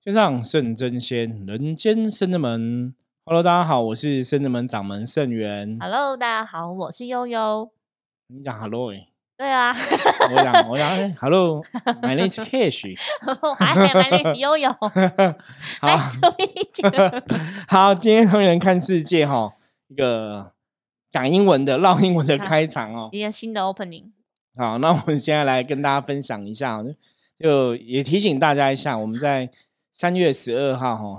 天上圣真仙，人间圣真门。Hello， 大家好，我是圣真门掌门圣元。 Hello，大家好，我是悠悠。 你讲 Hello 对啊， 我讲Hello，my name is Cash。 My name is 悠悠。 好 Nice to meet you。 好，今天同人看世界一个讲英文的唠英文的开场一个新的 opening。 好，那我们现在来跟大家分享一下，就也提醒大家一下，我们在3月12号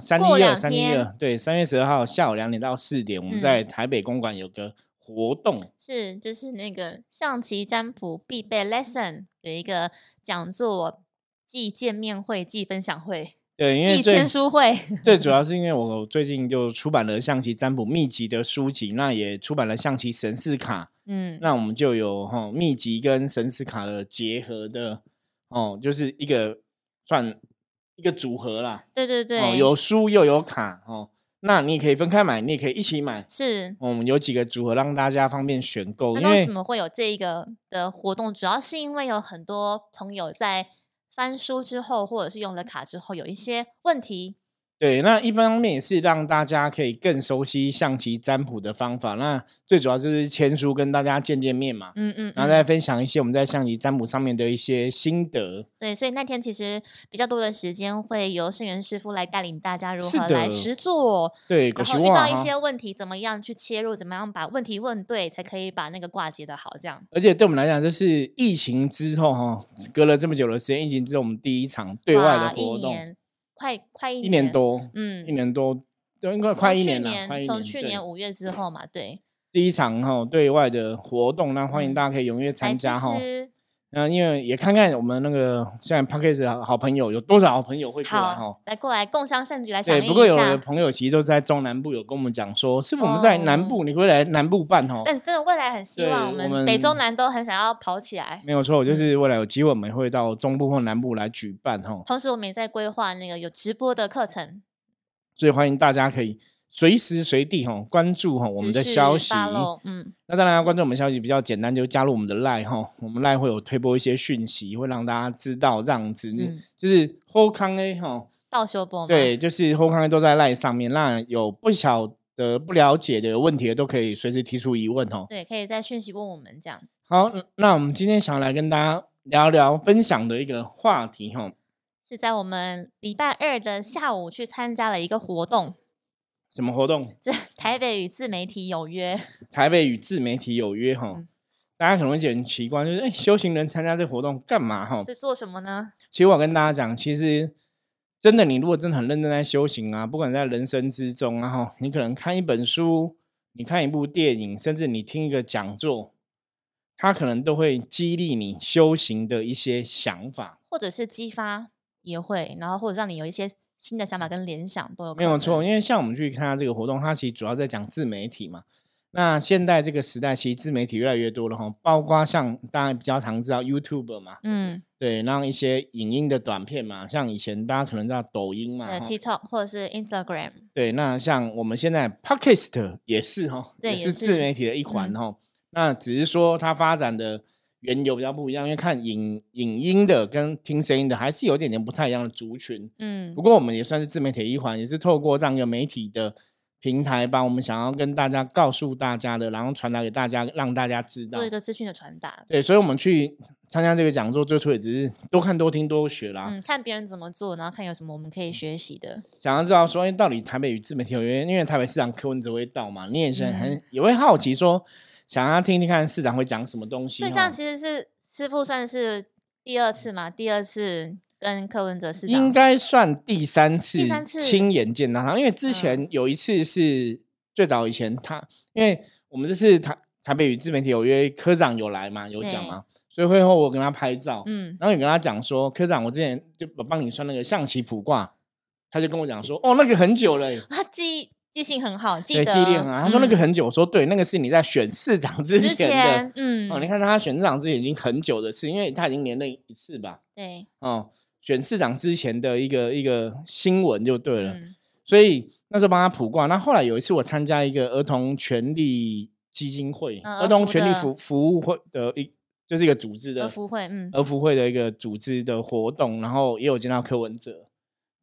312对3月12号下午2点到4点，我们在台北公馆有个活动， 就是那个象棋占卜必备 lesson， 有一个讲座暨见面会暨分享会， 对，因为暨签书会。 最主要是因为我最近就出版了象棋占卜秘籍的书籍，那也出版了象棋神士卡，那我们就有秘籍跟神士卡的结合的就是算一个组合啦。 对对对， 有书又有卡那你也可以分开买，你也可以一起买。 是， 我们有几个组合让大家方便选购。 那为什么会有这一个的活动？主要是因为有很多朋友在翻书之后，或者是用了卡之后，有一些问题。 对，那一方面也是让大家可以更熟悉象棋占卜的方法，那最主要就是签书跟大家见面嘛，然后再分享一些我们在象棋占卜上面的一些心得。 对，所以那天其实比较多的时间会由圣元师傅来带领大家如何来实作， 对， 然后遇到一些问题怎么样去切入，怎么样把问题问对，才可以把那个卦解得好这样。 而且对我们来讲，这是疫情之后隔了这么久的时间，疫情之后我们第一场对外的活动。 快一年多，1年多，应该快一年了。 从去年5月之后嘛，对， 第一场对外的活动，那欢迎大家可以踊跃参加因为也看看我们那个现在 Podcast 的好朋友有多少好朋友会过来过来共襄盛举来响应一下。 不过有的朋友其实都是在中南部有跟我们讲说，师傅我们在南部，你会来南部办但真的未来很希望我们北中南都很想要跑起来。 没有错，就是未来有机会我们会到中部或南部来举办同时我们也在规划那个有直播的课程， 所以欢迎大家可以随时随地关注我们的消息。那当然要关注我们消息比较简单，就加入我们的 LINE 我们 LINE 会有推播一些讯息，会让大家知道这样子，就是后康到修播， 对，就是后康都在 LINE 上面，那有不晓得不了解的有问题的都可以随时提出疑问对，可以在讯息问我们这样。 好，那我们今天想要来跟大家聊聊分享的一个话题是在我们礼拜2的下午去参加了一个活动。 什么活动？ 台北与自媒体有约。 台北与自媒体有约大家可能会觉得很奇怪，就是修行人参加这活动干嘛在做什么呢？ 其实我跟大家讲，其实真的你如果真的很认真在修行啊，不管在人生之中你可能看一本书，你看一部电影，甚至你听一个讲座，它可能都会激励你修行的一些想法， 或者是激发也会，然后或者让你有一些新的想法跟联想都有可能。没有错，因为像我们去看它这个活动，它其实主要在讲自媒体嘛。那现在这个时代，其实自媒体越来越多了包括像大家比较常知道 YouTube 嘛，对，让一些影音的短片嘛，像以前大家可能知道抖音嘛 ，TikTok 或者是 Instagram， 对，那像我们现在 Podcast 也是也是自媒体的一环那只是说它发展的缘由比较不一样，因为看影音的跟听声音的还是有点不太一样的族群。不过我们也算是自媒体的一环，也是透过这样一个媒体的平台，把我们想要跟大家告诉大家的，然后传达给大家，让大家知道， 做一个资讯的传达。 对，所以我们去参加这个讲座，最初也只是多看多听多学啦。 看别人怎么做，然后看有什么我们可以学习的。 想要知道说，到底台北与自媒体有约，因为台北市长柯文哲会到嘛，你也是也会好奇说，想要听听看市长会讲什么东西。 所以像其实是师父算是第2次嘛，第2次跟柯文哲市长应该算第三次亲眼见到他，因为之前有一次是最早以前因为我们这次台北与自媒体有约，科长有来嘛，有讲嘛，所以会后我跟他拍照，然后也跟他讲说，科长我之前就帮你算那个象棋卜卦，他就跟我讲说，那个很久了他记性很好，记得记忆力很好。他说那个很久，我说对，那个是你在选市长之前的，你看他选市长之前已经很久的事，因为他已经连任1次吧， 对， 选市长之前的一个新闻就对了，所以那时候帮他卜卦。那后来有一次我参加一个儿童权利基金会、儿童权利服务会的就是一个组织的儿福会， 儿福会的一个组织的活动，然后也有见到柯文哲。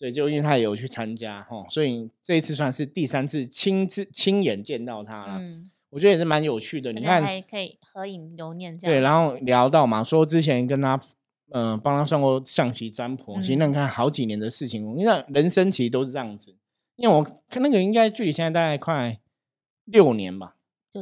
对，就因为他也有去参加所以这一次算是第3次亲眼见到他了。我觉得也是蛮有趣的。你看， 还可以合影留念这样。 对，然后聊到嘛，说之前跟他帮他算过象棋占卜，其实那看好几年的事情，你看人生其实都是这样子。因为我看那个应该距离现在大概快6年吧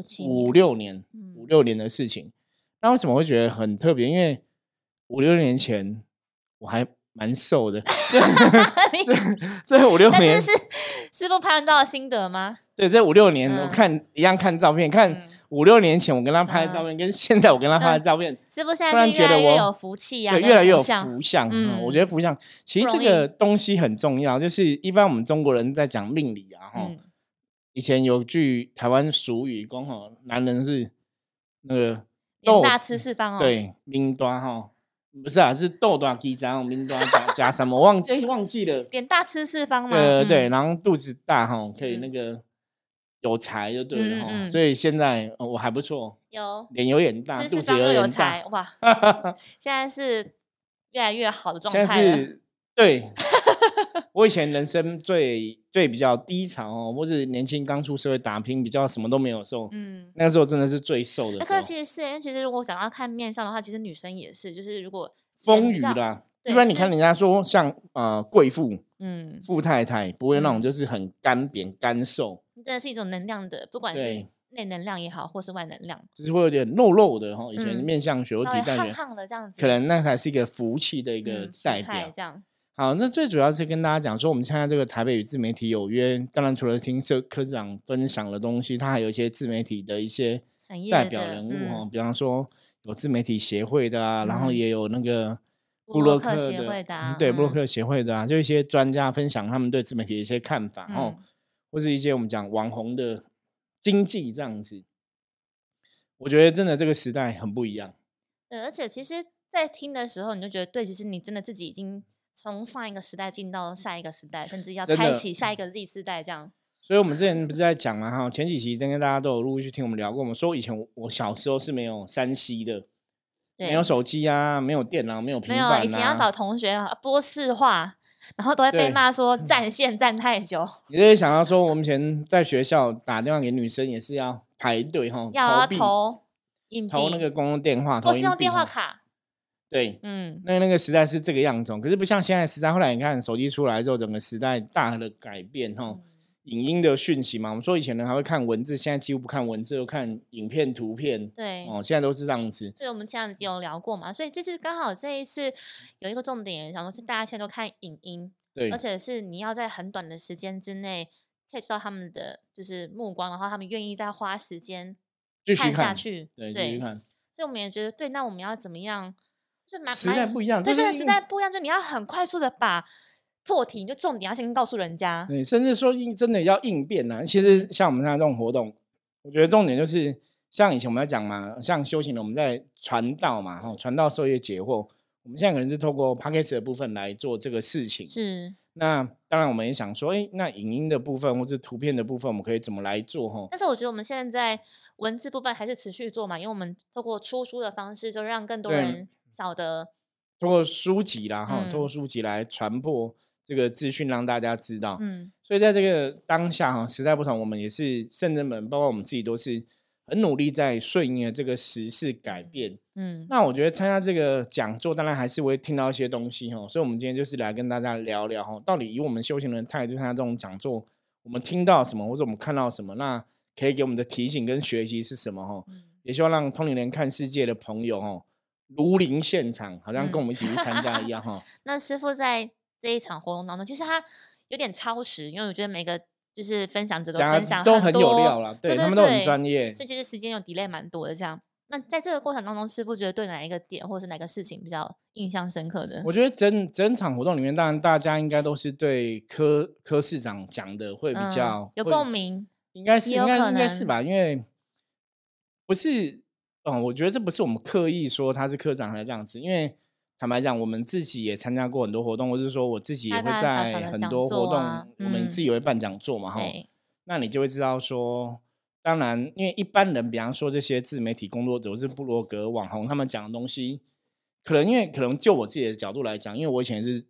，5-6年，5-6年的事情。那为什么会觉得很特别？因为5-6年前我还蛮瘦的，这5-6年， 但是师傅拍到心得吗？ 对，这5-6年我一样看照片，看5-6年前我跟他拍的照片，跟现在我跟他拍的照片， 师傅现在是越来越有福气啊， 对，越来越有福相。我觉得福相其实这个东西很重要，就是一般我们中国人在讲命理啊，以前有句台湾俗语讲男人是那个脸大吃四方对，命大不是啊，是豆大鸡张，命大加什么忘记了， 脸大吃四方嘛， 对，然后肚子大可以那个有财就对了所以现在我还不错，脸有点大，肚子有点大， 哇，现在是越来越好的状态了。 现在是对。我以前人生最比较低潮或是年轻刚出社会打拼，比较什么都没有的时候，那个时候真的是最瘦的时候。 那其实是因为其实如果想要看面相的话，其实女生也是，就是如果丰腴啦，一般你看人家说像贵妇，富太太不会那种就是很干扁干瘦， 真的是一种能量的，不管是内能量也好，或是外能量， 就是会有点肉的以前面相学或体态学， 胖的这样子， 可能那才是一个福气的一个代表。 这样。 好，那最主要是跟大家讲说，我们现在这个台北与自媒体有约，当然除了听科长分享的东西，他还有一些自媒体的一些代表人物比方说有自媒体协会的啊，然后也有那个部落客协会的对，部落客协会的啊，就一些专家分享他们对自媒体的一些看法或是一些我们讲网红的经济这样子。我觉得真的这个时代很不一样。 而且其实在听的时候你就觉得对，其实你真的自己已经从上一个时代进到下一个时代，甚至要开启下一个 Z 世代这样。 所以我们之前不是在讲嘛前几期跟大家都有陆续听我们聊过，我们说以前我小时候是没有3C 的，没有手机啊，没有电脑，没有平板啊， 以前要找同学拨市话，然后都会被骂说占线占太久。 你就会想到说我们以前在学校打电话给女生也是要排队要投硬币， 投那个公用电话， 或是用电话卡。 对，那个时代是这个样子，可是不像现在时代。后来你看手机出来之后，整个时代大的改变影音的讯息嘛，我们说以前人还会看文字，现在几乎不看文字，都看影片、图片。 对， 现在都是这样子。 对，我们前两集有聊过嘛，所以这是刚好这一次有一个重点，想说是大家现在都看影音， 对， 而且是你要在很短的时间之内 catch 到他们的就是目光，然后他们愿意再花时间看下去， 对，继续看。 所以我们也觉得，对，那我们要怎么样？ 时代不一样， 对，这个时代不一样，就你要很快速的把破题，就重点要先告诉人家。 对，甚至说真的要应变啊。其实像我们现在这种活动，我觉得重点就是像以前我们在讲嘛，像修行的我们在传道嘛，传道授业解惑。我们现在可能是透过 Podcast 的部分来做这个事情。 是。 那当然我们也想说，那影音的部分或是图片的部分，我们可以怎么来做？ 但是我觉得我们现在在文字部分还是持续做嘛，因为我们透过出书的方式，就让更多人晓得。 透过书籍啦，透过书籍来传播这个资讯，让大家知道。所以在这个当下时代不同，我们也是圣人们，包括我们自己都是很努力在顺应这个时事改变。那我觉得参加这个讲座，当然还是会听到一些东西所以我们今天就是来跟大家聊聊到底以我们修行人态度参加这种讲座，我们听到什么或者我们看到什么，那可以给我们的提醒跟学习是什么也希望让通灵人看世界的朋友如临现场，好像跟我们一起去参加一样那师父在这一场活动当中，其实他有点超时，因为我觉得每个就是分享者都分享都很有料啦，对，他们都很专业， 所以其实时间有 delay 蛮多的这样。那在这个过程当中，师父觉得对哪一个点或是哪个事情比较印象深刻的？ 我觉得整场活动里面，当然大家应该都是对柯市长讲的会比较有共鸣， 应该是吧？因为不是我觉得这不是我们刻意说他是科长才这样子，因为坦白讲，我们自己也参加过很多活动，或是说我自己也会在很多活动，我们自己也会办讲座嘛那你就会知道说。当然，因为一般人，比方说这些自媒体工作者或是部落格网红，他们讲的东西，可能就我自己的角度来讲，因为我以前是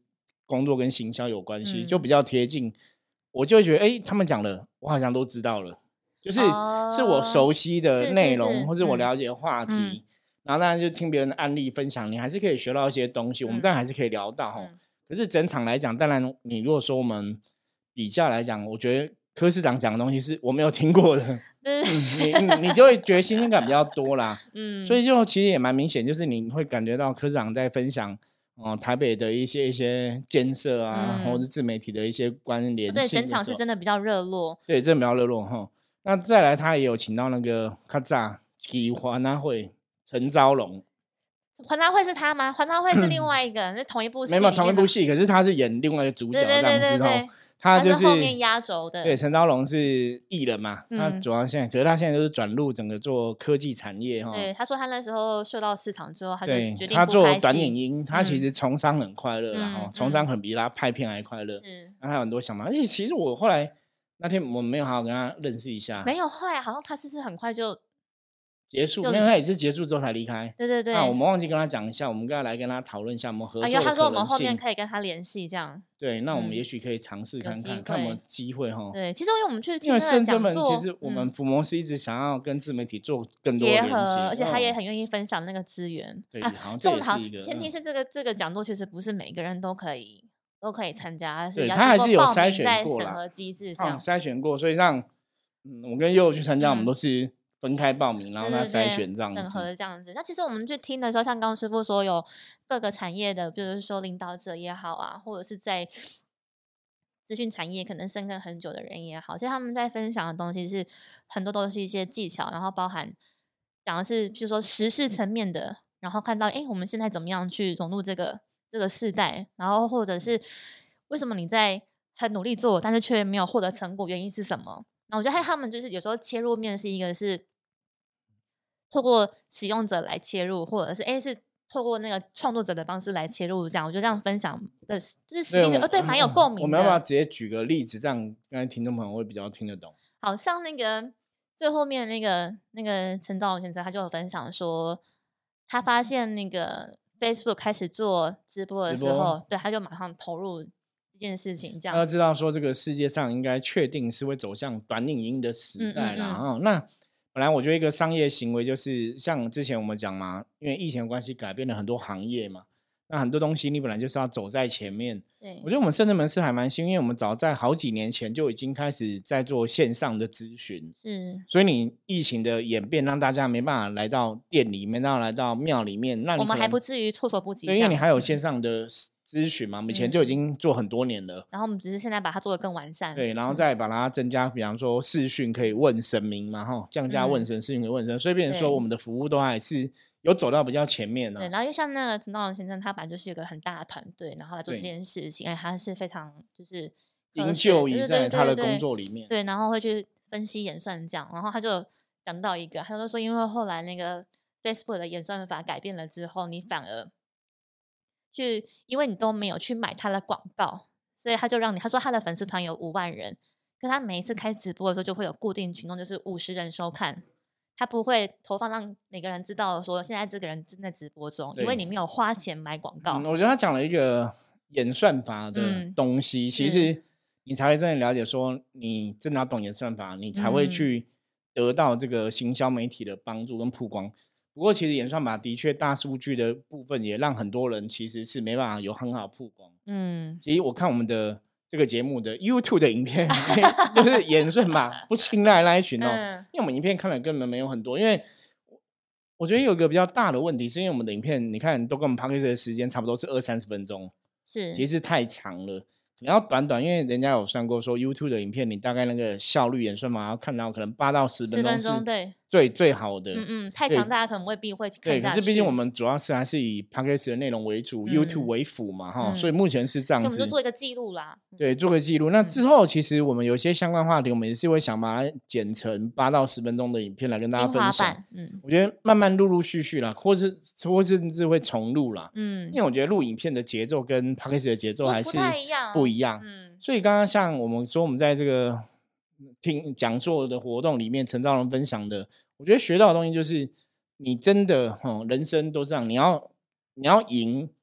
工作跟行销有关系，就比较贴近，我就会觉得他们讲的我好像都知道了，就是是我熟悉的内容，或是我了解的话题，然后当然就听别人的案例分享，你还是可以学到一些东西，我们当然还是可以聊到可是整场来讲，当然你如果说我们比较来讲，我觉得柯市长讲的东西是我没有听过的，你就会觉得新鲜感比较多啦。所以就其实也蛮明显，就是你会感觉到柯市长在分享台北的一些建设啊，或者是自媒体的一些关联性。 对，整场是真的比较热络。 对，真的比较热络哈。那再来，他也有请到那个卡扎基华纳会陈昭龙。 环大会是他吗？环大会是另外一个，是同一部戏。 没有同一部戏，可是他是演另外一个主角这样子他就是后面压轴的。 对，陈昭龙是艺人嘛，他主要现在，可是他现在就是转入整个做科技产业对，他说他那时候受到市场之后，他就决定不拍戏。 他做短影音，他其实从商很快乐啦，从商很比他拍片还快乐。那他有很多想法，而且其实我后来那天我没有好好跟他认识一下， 没有，后来好像他是很快就结束，没有，他也是结束之后才离开。 对。 那我们忘记跟他讲一下，我们刚才来跟他讨论一下我们合作的可能性。 他说我们后面可以跟他联系，这样。 对，那我们也许可以尝试看看，看有没有机会哈。 对，其实因为我们去听那个讲座，其实我们福摩斯一直想要跟自媒体做更多结合，而且他也很愿意分享那个资源。 对，好像这也是一个。 前提是这个讲座其实不是每个人都可以参加， 对，他还是有筛选过审核机制这样筛选过，所以让我跟佑去参加，我们都是分开报名，然后他筛选这样子， 审核这样子。那其实我们去听的时候，像刚刚师傅说，有各个产业的，比如说领导者也好啊，或者是在资讯产业可能深耕很久的人也好，其实他们在分享的东西是很多都是一些技巧，然后包含讲的是，比如说时事层面的，然后看到我们现在怎么样去融入这个世代，然后或者是为什么你在很努力做，但是却没有获得成果，原因是什么？那我觉得他们就是有时候切入面是一个是透过使用者来切入，或者是是透过那个创作者的方式来切入，这样我觉得这样分享的就是一个对蛮有共鸣的。 我们要不要直接举个例子，这样刚才听众朋友会比较听得懂？ 好像那个最后面那个陈兆龙先生，他就有分享说，他发现那个 Facebook 开始做直播的时候，对，他就马上投入这件事情。这样要知道说，这个世界上应该确定是会走向短影音的时代啦。那本来我觉得一个商业行为就是像之前我们讲嘛，因为疫情的关系改变了很多行业嘛，那很多东西你本来就是要走在前面。 对， 我觉得我们圣真门市还蛮幸运，因为我们早在好几年前就已经开始在做线上的咨询，所以你疫情的演变让大家没办法来到店里面，来到庙里面，那你我们还不至于措手不及。 对，因为你还有线上的咨询嘛，我们以前就已经做很多年了， 然后我们只是现在把它做得更完善， 对，然后再把它增加，比方说视讯可以问神明嘛，降价问神，视讯可以问神，所以变成说我们的服务都还是有走到比较前面对，然后就像那个陈道龙先生，他本来就是有个很大的团队，然后来做这件事情，他是非常就是营救已在他的工作里面， 对，然后会去分析演算这样，然后他就讲到一个，他就说，因为后来那个 Facebook 的演算法改变了之后，你反而因为你都没有去买他的广告，所以他就让他说他的粉丝团有5万人，可他每一次开直播的时候就会有固定群众，就是50人收看，他不会投放让每个人知道说现在这个人正在直播中，因为你没有花钱买广告。 我觉得他讲了一个演算法的东西，其实你才会真的了解说你真的要懂演算法，你才会去得到这个行销媒体的帮助跟曝光。不过其实演算法的确大数据的部分也让很多人其实是没办法有很好曝光。其实我看我们的这个节目的 YouTube 的影片就是演算法不青睐那一群因为我们影片看了根本没有很多，因为我觉得有一个比较大的问题是因为我们的影片你看都跟我们 Podcast 的时间差不多是20-30分钟，其实太长了，你要短，因为人家有算过说 YouTube 的影片你大概那个效率演算法要看到可能8到10分钟是最好的。 太长大家可能未必会看下去。 对，可是毕竟我们主要是还是以 Podcast 的内容为主，YouTube 为辅嘛，所以目前是这样子。 所以我们就做一个记录啦。 对，做个记录。那之后其实我们有些相关话题，我们也是会想把它剪成8到10分钟的影片来跟大家分享。我觉得慢慢陆续啦，或甚至会重录啦。因为我觉得录影片的节奏跟 Podcast 的节奏还是不一样。所以刚刚像我们说我们在这个听讲座的活动里面，陈兆龙分享的，我觉得学到的东西就是，你真的人生都这样，你要赢，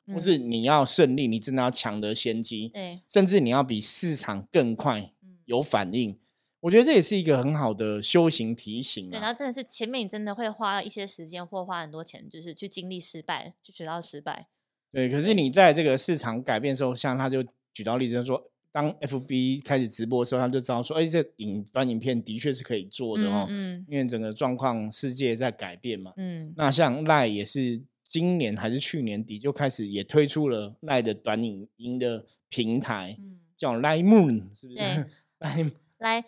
或是你要胜利，你真的要抢得先机， 对， 甚至你要比市场更快有反应。我觉得这也是一个很好的修行提醒。 对，然后真的是前面你真的会花一些时间或花很多钱，就是去经历失败，去学到失败。 对，可是你在这个市场改变的时候，像他就举到例子，说当 FB 开始直播的时候，他就知道说，这短影片的确是可以做的因为整个状况世界在改变嘛。那像 LINE 也是今年还是去年底就开始也推出了 LINE 的短影音的平台，叫 LINE Moon， 是不是？ 对，LINE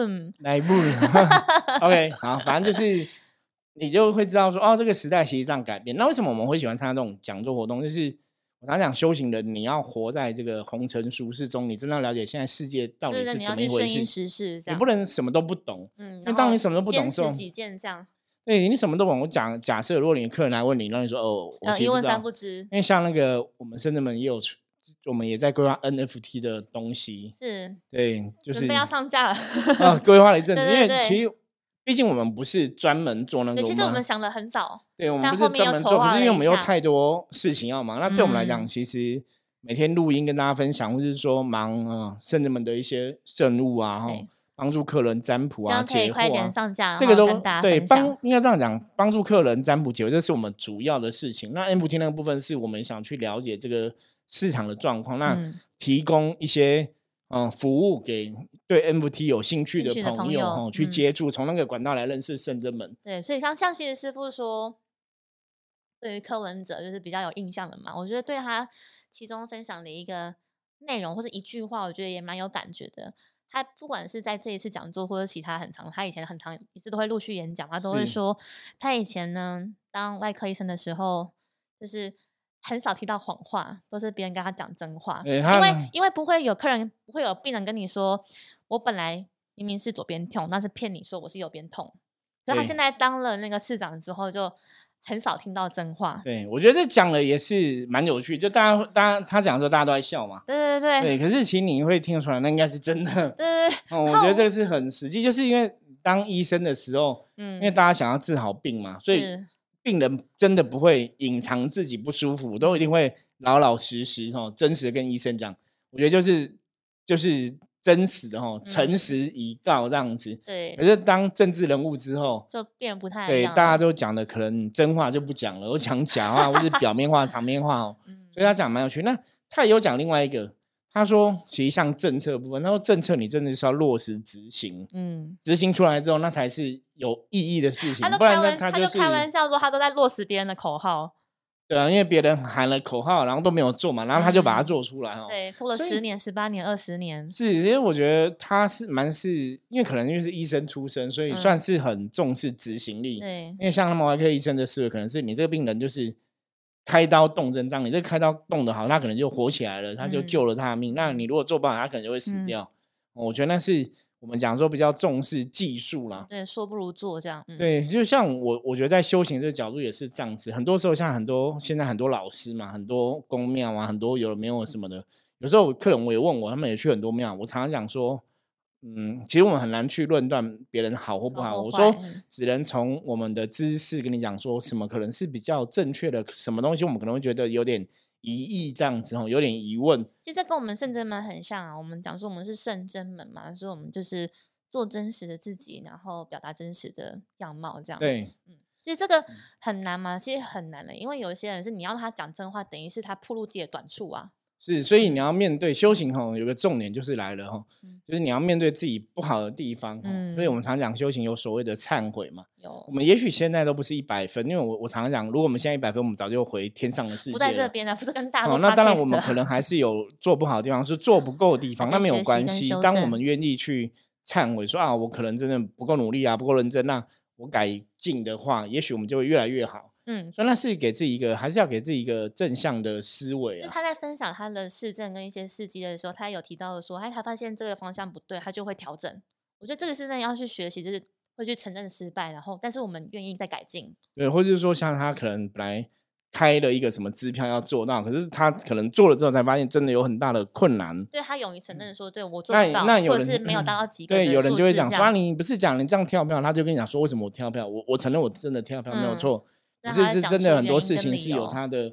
Moon OK 好，反正就是你就会知道说，这个时代其实这样改变。那为什么我们会喜欢参加这种讲座活动？就是我常讲修行人，你要活在这个红尘俗世中，你真的了解现在世界到底是怎么一回事，你不能什么都不懂。因为当你什么都不懂的时候， 坚持己见这样。 对，你什么都不懂。我假设如果你的客人来问你，让你说我其实不知道， 一问三不知。 因为像那个我们深圳门我们也在规划 NFT 的东西， 是， 对，就是准备要上架了规划了一阵子。 对因为其实毕竟我们不是专门做那个， 其实我们想的很早， 对，我们不是专门做，可是因为我们有太多事情要忙。那对我们来讲，其实每天录音跟大家分享，或者是说忙圣人们的一些政务啊，帮助客人占卜啊、解惑啊， 上架， 这个都对应该这样讲，帮助客人占卜解惑，这是我们主要的事情。那 NFT 那个部分是我们想去了解这个市场的状况，那提供一些服务给对 NFT 有兴趣的朋友去接触，从那个管道来认识圣真门。 对，所以像其实师父说，对于柯文哲就是比较有印象的嘛，我觉得对他其中分享的一个内容或者一句话，我觉得也蛮有感觉的。他不管是在这一次讲座或者其他很长，他以前很长一直都会陆续演讲，他都会说他以前呢当外科医生的时候，就是很少提到谎话，都是别人跟他讲真话。因为不会有病人跟你说，我本来明明是左边痛，但是骗你说我是右边痛。所以他现在当了那个市长之后，就很少听到真话。 对，我觉得这讲了也是蛮有趣，就大家他讲的时候大家都在笑嘛。对，可是其实你会听得出来，那应该是真的。 对， 我觉得这个是很实际，就是因为当医生的时候，因为大家想要治好病嘛，所以病人真的不会隐藏自己不舒服，都一定会老老实实真实的跟医生讲。我觉得就是真实的诚实以告这样子。 对。 可是当政治人物之后， 就变不太一样。 对，大家都讲的可能真话就不讲了，都讲假话或是表面话、场面话所以他讲蛮有趣。那他也有讲另外一个，他说其实像政策部分，他说政策你真的是要落实执行，执行出来之后那才是有意义的事情。不然他就开玩笑说他都在落实别人的口号。 对啊，因为别人喊了口号，然后都没有做嘛，然后他就把它做出来对，拖了10年、18年、20年。 是，因为我觉得他是因为可能因为是医生出身，所以算是很重视执行力。 对， 因为像他们外科医生的思维，可能是你这个病人就是开刀动真章，你这个开刀动得好，他可能就活起来了，他就救了他的命。那你如果做不好，他可能就会死掉。我觉得那是我们讲说比较重视技术啦。 对，说不如做这样。 对，就像我觉得在修行这个角度也是这样子。很多时候像现在很多老师嘛，很多宫庙啊，很多有没有什么的，有时候客人我也问我，他们也去很多庙。我常常讲说，其实我们很难去论断别人好或不好。我说只能从我们的知识跟你讲说什么可能是比较正确的，什么东西我们可能会觉得有点疑义这样子有点疑问。 其实这跟我们圣真门很像啊。我们讲说我们是圣真门嘛，所以我们就是做真实的自己，然后表达真实的样貌这样。 对， 其实这个很难吗？其实很难的，因为有一些人是你要他讲真话，等于是他暴露自己的短处啊。 是，所以你要面对修行有个重点就是来了就是你要面对自己不好的地方所以我们常讲修行有所谓的忏悔嘛。我们也许现在都不是100分，因为我常常讲，如果我们现在100分，我们早就回天上的世界了， 不在这边了，不是跟大陆那当然我们可能还是有做不好的地方，是做不够的地方，那没有关系。当我们愿意去忏悔说我可能真的不够努力啊，不够认真，那我改进的话，也许我们就会越来越好。所以那是给自己还是要给自己一个正向的思维就他在分享他的事证跟一些事迹的时候，他有提到说，他发现这个方向不对，他就会调整。我觉得这个是真的要去学习，就是会去承认失败，然后但是我们愿意再改进。 对，或者是说像他可能本来开了一个什么支票要做到，可是他可能做了之后才发现真的有很大的困难。 对，他勇于承认说，对我做不到，或者是没有达到及格的对，有人就会讲说你不是讲你这样跳票，他就跟你讲说为什么我跳票，我承认我真的跳票没有错。可是真的很多事情是有它的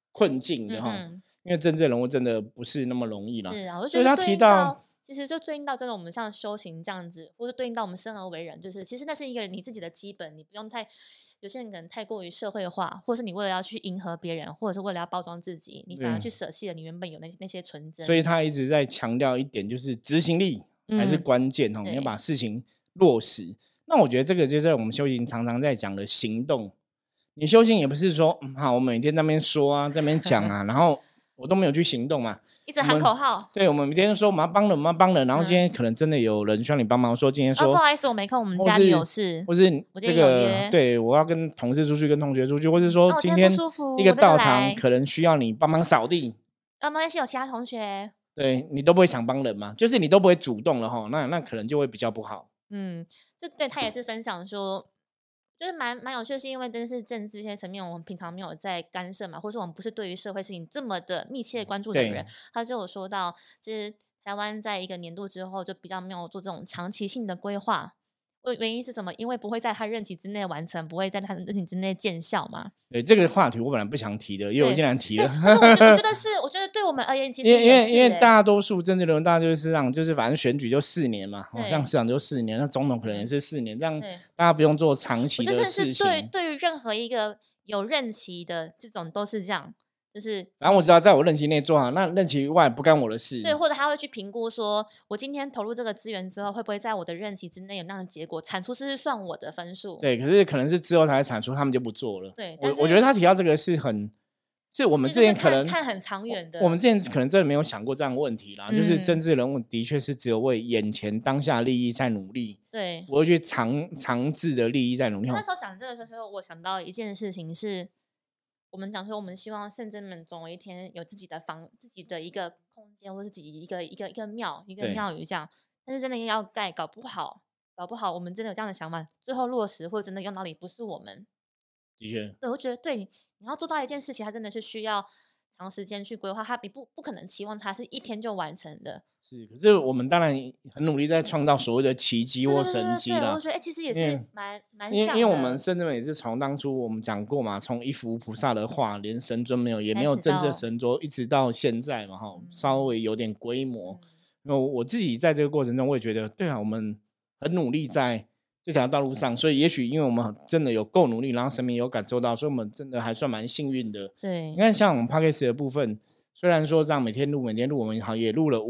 困境的因为政治人物真的不是那么容易啦。 是啊，我就觉得他提到，其实就对应到真的我们像修行这样子，或者对应到我们生而为人，就是其实那是一个你自己的基本，你不用太。有些人可能太过于社会化，或是你为了要去迎合别人，或者是为了要包装自己，你反而去舍弃了你原本有那些纯真。 所以他一直在强调一点，就是执行力才是关键你要把事情落实。那我觉得这个就是我们修行常常在讲的行动。你修行也不是说好，我每天在那边说啊，在那边讲啊，然后我都没有去行动嘛， 一直喊口号。 对，我们每天说我们要帮人，我们要帮人，然后今天可能真的有人需要你帮忙，说今天说不好意思我没空，我们家里有事， 或是这个对我要跟同事出去，跟同学出去，或是说今天一个道场可能需要你帮忙扫地， 没关系，有其他同学， 对你都不会想帮人嘛，就是你都不会主动了那可能就会比较不好。 就对他也是分享说。就是蛮有趣的是，因为真的是政治这些层面，我们平常没有在干涉嘛，或是我们不是对于社会事情这么的密切关注的人，他就有说到，就是台湾在一个年度之后就比较没有做这种长期性的规划。原因是什么？因为不会在他任期之内完成，不会在他任期之内见效嘛。 对，这个话题我本来不想提的，因为我竟然提了。 可是我觉得对我们而言，其实因为大多数政治人物，大家就是让就是反正选举就4年嘛，像市长就4年，那总统可能也是4年，这样大家不用做长期的事情。 对于任何一个有任期的这种都是这样。就是反正我知道在我任期内做好，那任期外不干我的事。 对，或者他会去评估说，我今天投入这个资源之后，会不会在我的任期之内有那样的结果，产出是算我的分数。 对，可能是之后才产出，他们就不做了。 对， 我觉得他提到这个是我们之前可能看很长远的， 我们之前可能真的没有想过这样的问题啦。就是政治人物的确是只有为眼前当下利益在努力， 对， 不会去长治的利益在努力。 那时候讲这个的时候，我想到一件事情是。我们讲说，我们希望圣真们总有一天有自己的自己的一个空间，或是自己一个庙，一个庙宇这样。但是真的要盖，搞不好，我们真的有这样的想法，最后落实或者真的用到里，不是我们。 的确， 对，我觉得对你要做到一件事情，它真的是需要长时间去规划，它不可能期望它是一天就完成的。 是，可是我们当然很努力在创造所谓的奇迹或神迹啦。 对，我觉得其实也是蛮像的。 因为我们甚至也是从当初我们讲过嘛，从一幅菩萨的画，连神尊没有，也没有真正神桌，一直到现在嘛，稍微有点规模。那我自己在这个过程中，我也觉得，对啊，我们很努力在这条道路上，所以也许因为我们真的有够努力，然后神明有感受到，所以我们真的还算蛮幸运的。 对， 你看像我们 Podcast 的部分。虽然说这样每天录，我们好也录了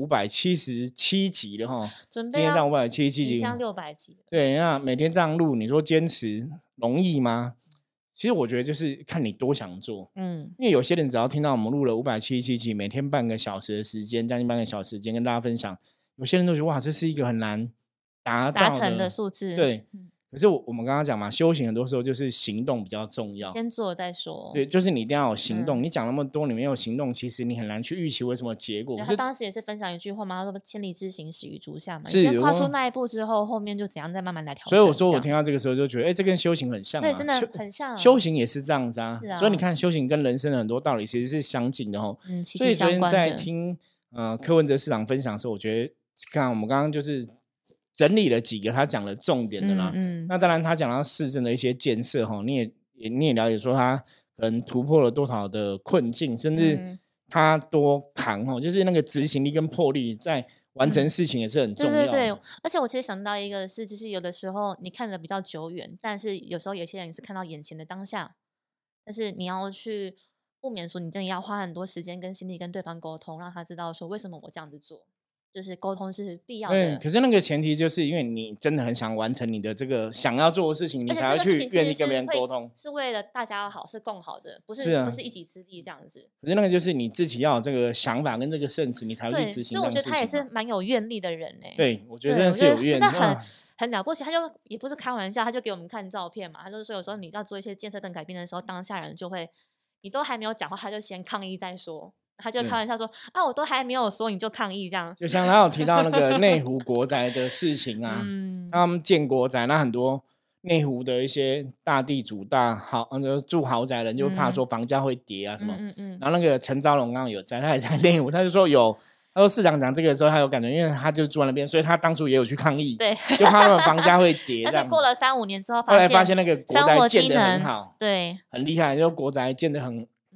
577集了哈， 今天上577集， 像600集。 对，那每天这样录，你说坚持容易吗？其实我觉得就是看你多想做，因为有些人只要听到我们录了577集，每天半个小时的时间，将近半个小时时间跟大家分享，有些人都觉得哇，这是一个很难达成的数字， 对。可是我们刚刚讲嘛，修行很多时候就是行动比较重要， 先做再说。 对，就是你一定要有行动。你讲那么多，你没有行动，其实你很难去预期为什么结果。 他当时也是分享一句话嘛，他说“千里之行，始于足下”嘛。你先跨出那一步之后，后面就怎样再慢慢来调整。 所以我说，我听到这个时候就觉得，这跟修行很像。 对，真的很像。 修行也是这样子啊。所以你看，修行跟人生的很多道理其实是相近的所以昨天在听柯文哲市长分享的时候，我觉得看我们刚刚就是整理了几个他讲的重点的啦。那当然他讲到市政的一些建设你也了解说他可能突破了多少的困境，甚至他多扛就是那个执行力跟魄力在完成事情也是很重要的。 对，而且我其实想到一个是，就是有的时候你看的比较久远，但是有时候有些人是看到眼前的当下，但是你要去不免说你真的要花很多时间跟心力跟对方沟通，让他知道说为什么我这样子做。就是沟通是必要的， 可是那个前提就是因为你真的很想完成你的这个想要做的事情，你才会去愿意跟别人沟通， 是为了大家好，是共好的，不是一己之力这样子。 可是那个就是你自己要有这个想法跟这个圣旨，你才会去执行。 所以我觉得他也是蛮有愿力的人对，我觉得真的是有愿力， 真的很了不起。他就也不是开玩笑，他就给我们看照片嘛，他就说有时候你要做一些建设跟改变的时候，当下人就会，你都还没有讲话，他就先抗议再说。他就开玩笑说我都还没有说你就抗议这样。 就像他有提到那个内湖国宅的事情啊，他们建国宅，那很多内湖的一些大地主住豪宅人就怕说房价会跌啊什么。然后那个陈昭龙刚刚有在，他也在内湖，他就说他说市长讲这个的时候他有感觉，因为他就住在那边，所以他当初也有去抗议， 对， 就怕他们房价会跌。 而且过了3-5年之后， 后来发现那个国宅建得很好， 对， 很厉害，就国宅建得很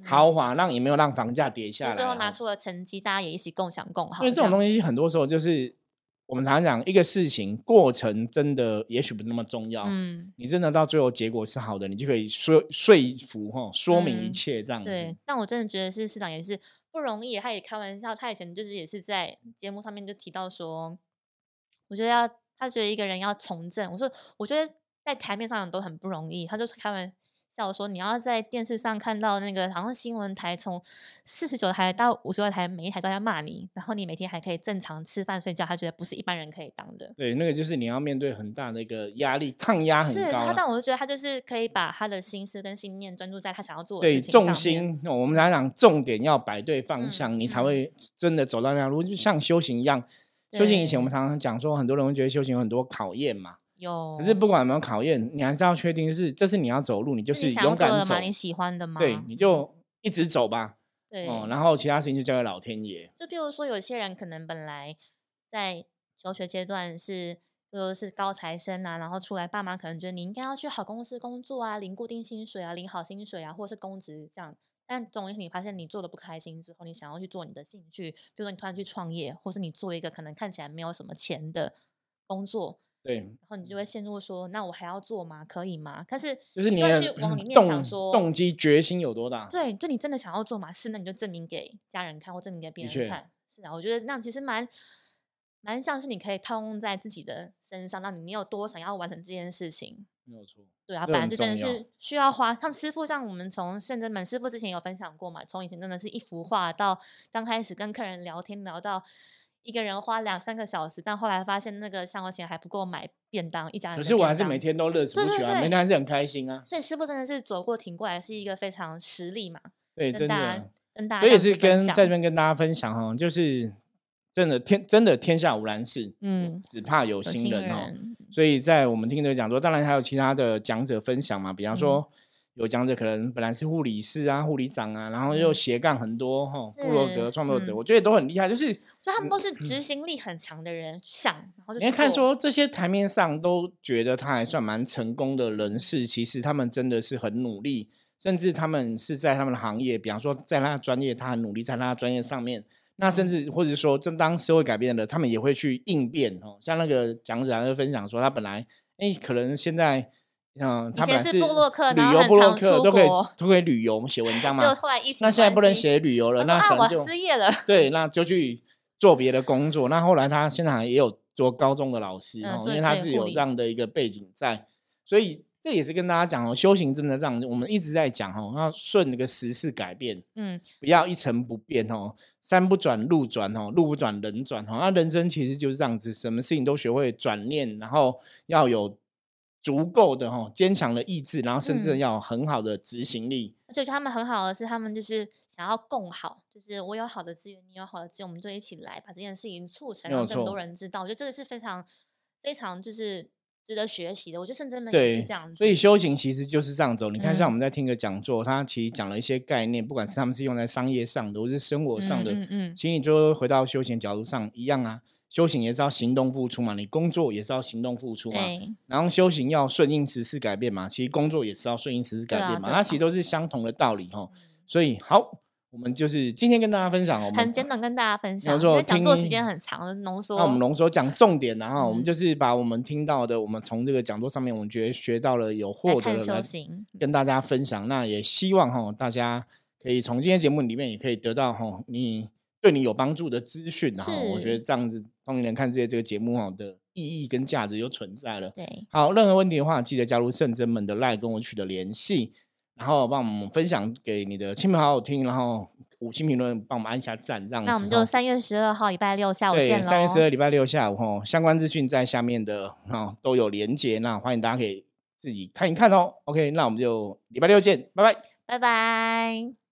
豪华，让也没有让房价跌下来， 最后拿出了成绩，大家也一起共享共好。 所以这种东西很多时候就是我们常常讲一个事情过程真的也许不那么重要，你真的到最后结果是好的，你就可以说服说明一切这样子。 对，但我真的觉得市长也是不容易，他也开玩笑，他以前就是也是在节目上面就提到说，我觉得他觉得一个人要从政，我觉得在台面上都很不容易，他就开玩笑说，你要在电视上看到那个好像新闻台从49台到52台，每一台都在骂你，然后你每天还可以正常吃饭睡觉，他觉得不是一般人可以当的。 对，那个就是你要面对很大的一个压力，抗压很高。 但我就觉得他就是可以把他的心思跟信念专注在他想要做的事情上面。 对，重心，我们来讲重点要摆对方向，你才会真的走到那条路，就像修行一样。修行以前我们常常讲说，很多人会觉得修行有很多考验嘛。可是不管有没有考验，你还是要确定这是你要走路，你就是勇敢走。 你喜欢的吗？ 对，你就一直走吧。 对， 然后其他事情就交给老天爷。 就比如说有些人可能本来在求学阶段是高材生啊，然后出来爸妈可能觉得你应该要去好公司工作啊，领固定薪水啊，领好薪水啊，或者是公职这样。但总有一天你发现你做的不开心之后，你想要去做你的兴趣，比如说你突然去创业，或是你做一个可能看起来没有什么钱的工作。 对， 然后你就会陷入说，那我还要做吗？可以吗？但是就是你去往里面想说， 动机决心有多大？ 对，就你真的想要做吗？是，那你就证明给家人看，或证明给别人看。是啊，我觉得那其实蛮像是你可以套用在自己的身上，让你有多想要完成这件事情。 没有错。 对啊，本来就真的是需要花。他们师傅像我们从圣真门师傅之前有分享过嘛，从以前真的是一幅画到刚开始跟客人聊天聊到。一个人花2-3个小时，但后来发现那个香油钱还不够买便当，一家人。 可是我还是每天都乐此不疲啊，每天还是很开心啊。 所以师傅真的是走过挺过来，是一个非常实力嘛。 对，真的。 跟大家所以也是在这边跟大家分享哈，就是真的天下无难事，只怕有心人哦。所以在我们听的讲座，当然还有其他的讲者分享嘛，比方说。有讲者可能本来是护理师啊、护理长啊，然后又斜杠很多部落格创作者，我觉得都很厉害，就是他们都是执行力很强的人，然后就你看说这些台面上都觉得他还算蛮成功的人士，其实他们真的是很努力，甚至他们是在他们的行业，比方说在他的专业，他很努力在他的专业上面，那甚至或者说正当社会改变了，他们也会去应变像那个讲者就分享说，他本来可能现在。他本来是部落客， 旅游部落客都可以旅游写文章嘛。 就后来疫情， 那现在不能写旅游了，那可能就我失业了。 对，那就去做别的工作。那后来他现在也有做高中的老师因为他是有这样的一个背景在，所以这也是跟大家讲修行真的这样，我们一直在讲要顺那个时势改变，不要一成不变山不转路转路不转人转那人生其实就是这样子，什么事情都学会转念，然后要有。足够的坚强的意志，然后甚至要有很好的执行力。 而且他们很好的是，他们就是想要共好，就是我有好的资源，你有好的资源，我们就一起来把这件事情促成，让更多人知道。我觉得这个是非常非常就是值得学习的。我觉得圣真门也是这样子。 所以修行其实就是这样走。你看，像我们在听个讲座，他其实讲了一些概念，不管是他们是用在商业上的，或是生活上的，其实你就回到修行角度上一样啊。修行也是要行动付出嘛，你工作也是要行动付出嘛，然后修行要顺应时势改变嘛，其实工作也是要顺应时势改变嘛，它其实都是相同的道理所以好，我们就是今天跟大家分享很简短跟大家分享，因为讲座时间很长，浓缩。 那我们浓缩讲重点然后我们就是把我们听到的，我们从这个讲座上面，我们觉得学到了有获得的来跟大家分享。那也希望大家可以从今天节目里面也可以得到你对你有帮助的资讯，然后我觉得这样子同龄人看这个节目的意义跟价值就存在了。 对， 好，任何问题的话，记得加入圣真门的 LINE 跟我取得联系，然后帮我们分享给你的亲朋好友听，然后5星评论帮我们按下赞，这样子。 那我们就3月12号礼拜六下午见咯。 对，3月12礼拜六下午相关资讯在下面的都有连结，那欢迎大家可以自己看一看OK，那我们就礼拜六见，拜拜， 拜拜。